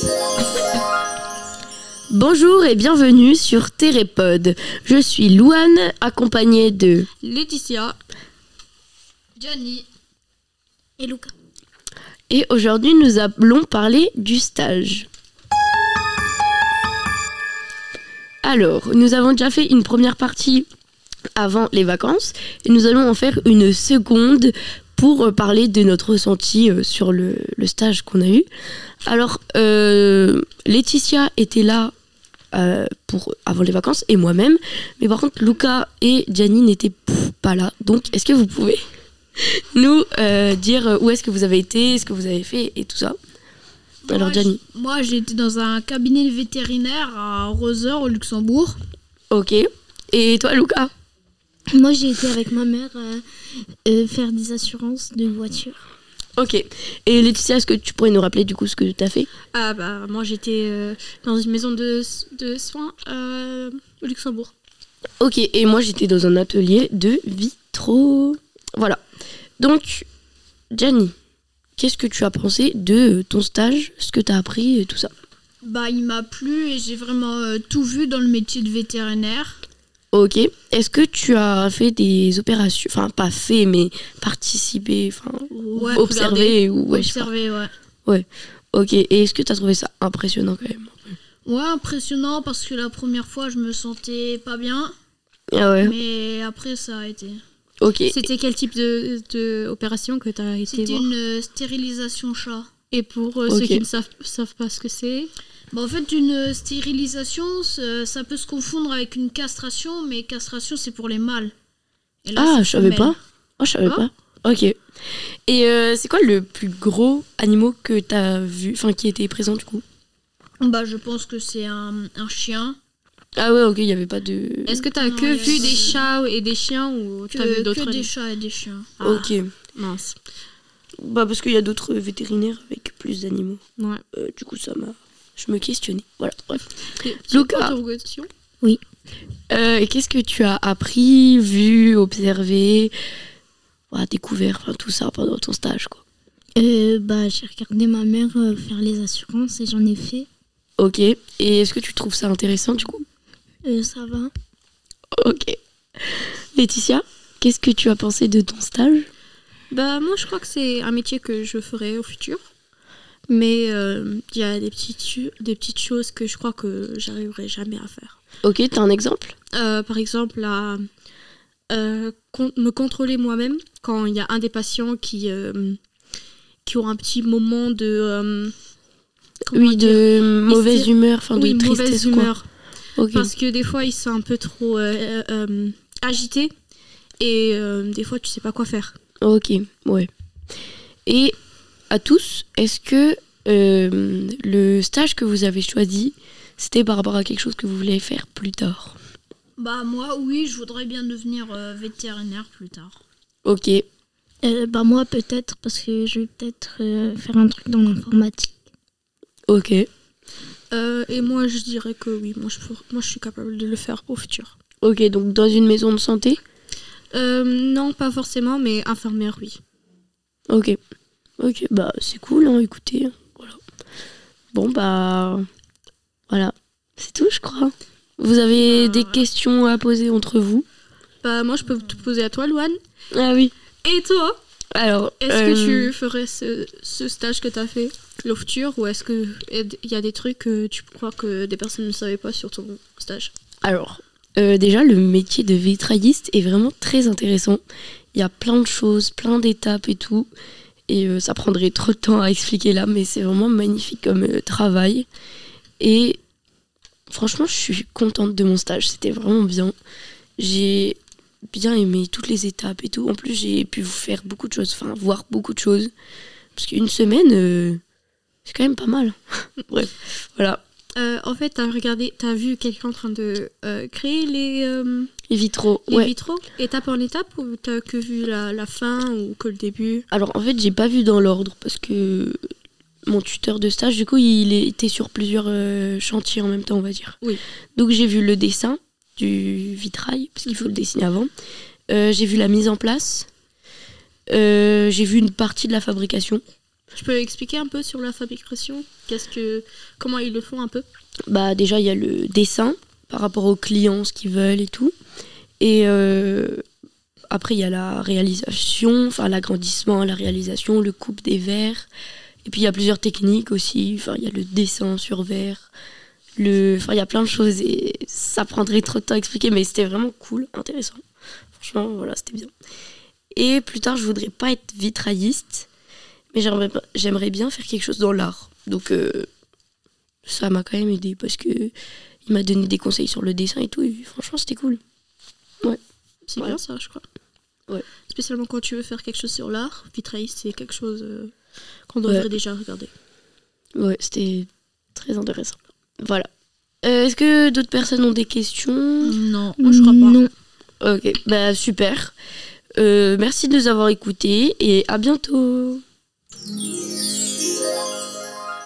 Bonjour et bienvenue sur Térépode. Je suis Louane, accompagnée de Laetitia, Johnny et Lucas. Et aujourd'hui, nous allons parler du stage. Alors, nous avons déjà fait une première partie avant les vacances et nous allons en faire une seconde pour parler de notre ressenti sur le stage qu'on a eu. Alors, Laetitia était là avant les vacances et moi-même, mais par contre Lucas et Gianni n'étaient pas là. Donc, est-ce que vous pouvez nous dire où est-ce que vous avez été, ce que vous avez fait et tout ça? Alors Gianni. Moi j'ai été dans un cabinet vétérinaire à Roseur au Luxembourg. Ok. Et toi Lucas? Moi j'ai été avec ma mère faire des assurances de voiture. Ok. Et Laetitia, est-ce que tu pourrais nous rappeler du coup ce que tu as fait? Moi j'étais dans une maison de soins au Luxembourg. Ok. Et moi j'étais dans un atelier de vitro. Voilà. Donc Gianni, qu'est-ce que tu as pensé de ton stage, ce que tu as appris et tout ça? Il m'a plu et j'ai vraiment tout vu dans le métier de vétérinaire. Ok. Est-ce que tu as fait des opérations, enfin pas fait, mais participé, observé ou observé, ouais. Ouais. Ok. Et est-ce que tu as trouvé ça impressionnant quand même? Ouais, impressionnant parce que la première fois je me sentais pas bien. Ah ouais. Mais après ça a été. Ok. C'était quel type de opération que tu as été voir? C'était une stérilisation chat. Et pour ceux qui ne savent pas ce que c'est? En fait, une stérilisation, ça peut se confondre avec une castration, mais castration, c'est pour les mâles. Et là, je savais pas. Je savais pas. Ok. Et c'est quoi le plus gros animal que tu as vu, enfin qui était présent du coup? Je pense que c'est un chien. Ah ouais, ok, il n'y avait pas de... Est-ce que tu as vu des chats et des chiens ou tu as vu d'autres? Que des chats et des chiens. Ok. Mince. Parce qu'il y a d'autres vétérinaires avec plus d'animaux. Ouais. Du coup, je me questionnais. Voilà, bref. Lucas. Oui. Et qu'est-ce que tu as appris, vu, observé, découvert, tout ça pendant ton stage, quoi? J'ai regardé ma mère faire les assurances et j'en ai fait. Ok. Et est-ce que tu trouves ça intéressant, du coup? Ça va. Ok. Laetitia, qu'est-ce que tu as pensé de ton stage? Moi, je crois que c'est un métier que je ferai au futur. Mais il y a des petites choses que je crois que j'arriverai jamais à faire. Ok, t'as un exemple? Par exemple, me contrôler moi-même quand il y a un des patients qui ont un petit moment de... de mauvaise humeur, de tristesse, mauvaise humeur. Okay. Parce que des fois, ils sont un peu trop agités et des fois, tu sais pas quoi faire. Ok, ouais. Et à tous, est-ce que le stage que vous avez choisi, c'était par rapport à quelque chose que vous voulez faire plus tard? Moi, oui, je voudrais bien devenir vétérinaire plus tard. Ok. Moi, peut-être, parce que je vais peut-être faire un truc dans l'informatique. Ok. Et moi, je dirais que oui, moi, je suis capable de le faire au futur. Ok, donc dans une maison de santé? Non, pas forcément, mais infirmière, oui. Ok, c'est cool, écoutez, voilà. Bon, voilà, c'est tout, je crois. Vous avez des questions à poser entre vous? Moi, je peux te poser à toi, Louane. Ah oui. Et toi? Alors, est-ce que tu ferais ce stage que tu as fait au futur, ou est-ce qu'il y a des trucs que tu crois que des personnes ne savaient pas sur ton stage? Alors, déjà, le métier de vitrailliste est vraiment très intéressant. Il y a plein de choses, plein d'étapes et tout. Et ça prendrait trop de temps à expliquer là, mais c'est vraiment magnifique comme travail. Et franchement, je suis contente de mon stage. C'était vraiment bien. J'ai bien aimé toutes les étapes et tout. En plus, j'ai pu faire beaucoup de choses, voir beaucoup de choses. Parce qu'une semaine, c'est quand même pas mal. Bref, voilà. En fait, t'as vu quelqu'un en train de créer les vitraux. Les vitraux, étape en étape, ou t'as que vu la fin ou que le début? Alors en fait, j'ai pas vu dans l'ordre parce que mon tuteur de stage, du coup, il était sur plusieurs chantiers en même temps, on va dire. Oui. Donc j'ai vu le dessin du vitrail, parce qu'il faut le dessiner avant. J'ai vu la mise en place. J'ai vu une partie de la fabrication. Tu peux expliquer un peu sur la fabrication ? Comment ils le font un peu ? Bah déjà il y a le dessin par rapport aux clients, ce qu'ils veulent et tout. Et après il y a la réalisation, enfin l'agrandissement, la réalisation, le coupe des verres. Et puis il y a plusieurs techniques aussi. Enfin il y a le dessin sur verre. Enfin il y a plein de choses et ça prendrait trop de temps à expliquer, mais c'était vraiment cool, intéressant. Franchement voilà, c'était bien. Et plus tard je voudrais pas être vitrailliste. Mais j'aimerais bien faire quelque chose dans l'art. Donc ça m'a quand même aidé parce que il m'a donné des conseils sur le dessin et tout. Et franchement, c'était cool. Ouais. C'est bien ça, je crois. Ouais. Spécialement quand tu veux faire quelque chose sur l'art, vitrailliste, c'est quelque chose qu'on devrait déjà regarder. Ouais, c'était très intéressant. Voilà. Est-ce que d'autres personnes ont des questions ? Non, moi je crois pas. Non. Ok, bah super. Merci de nous avoir écoutés et à bientôt.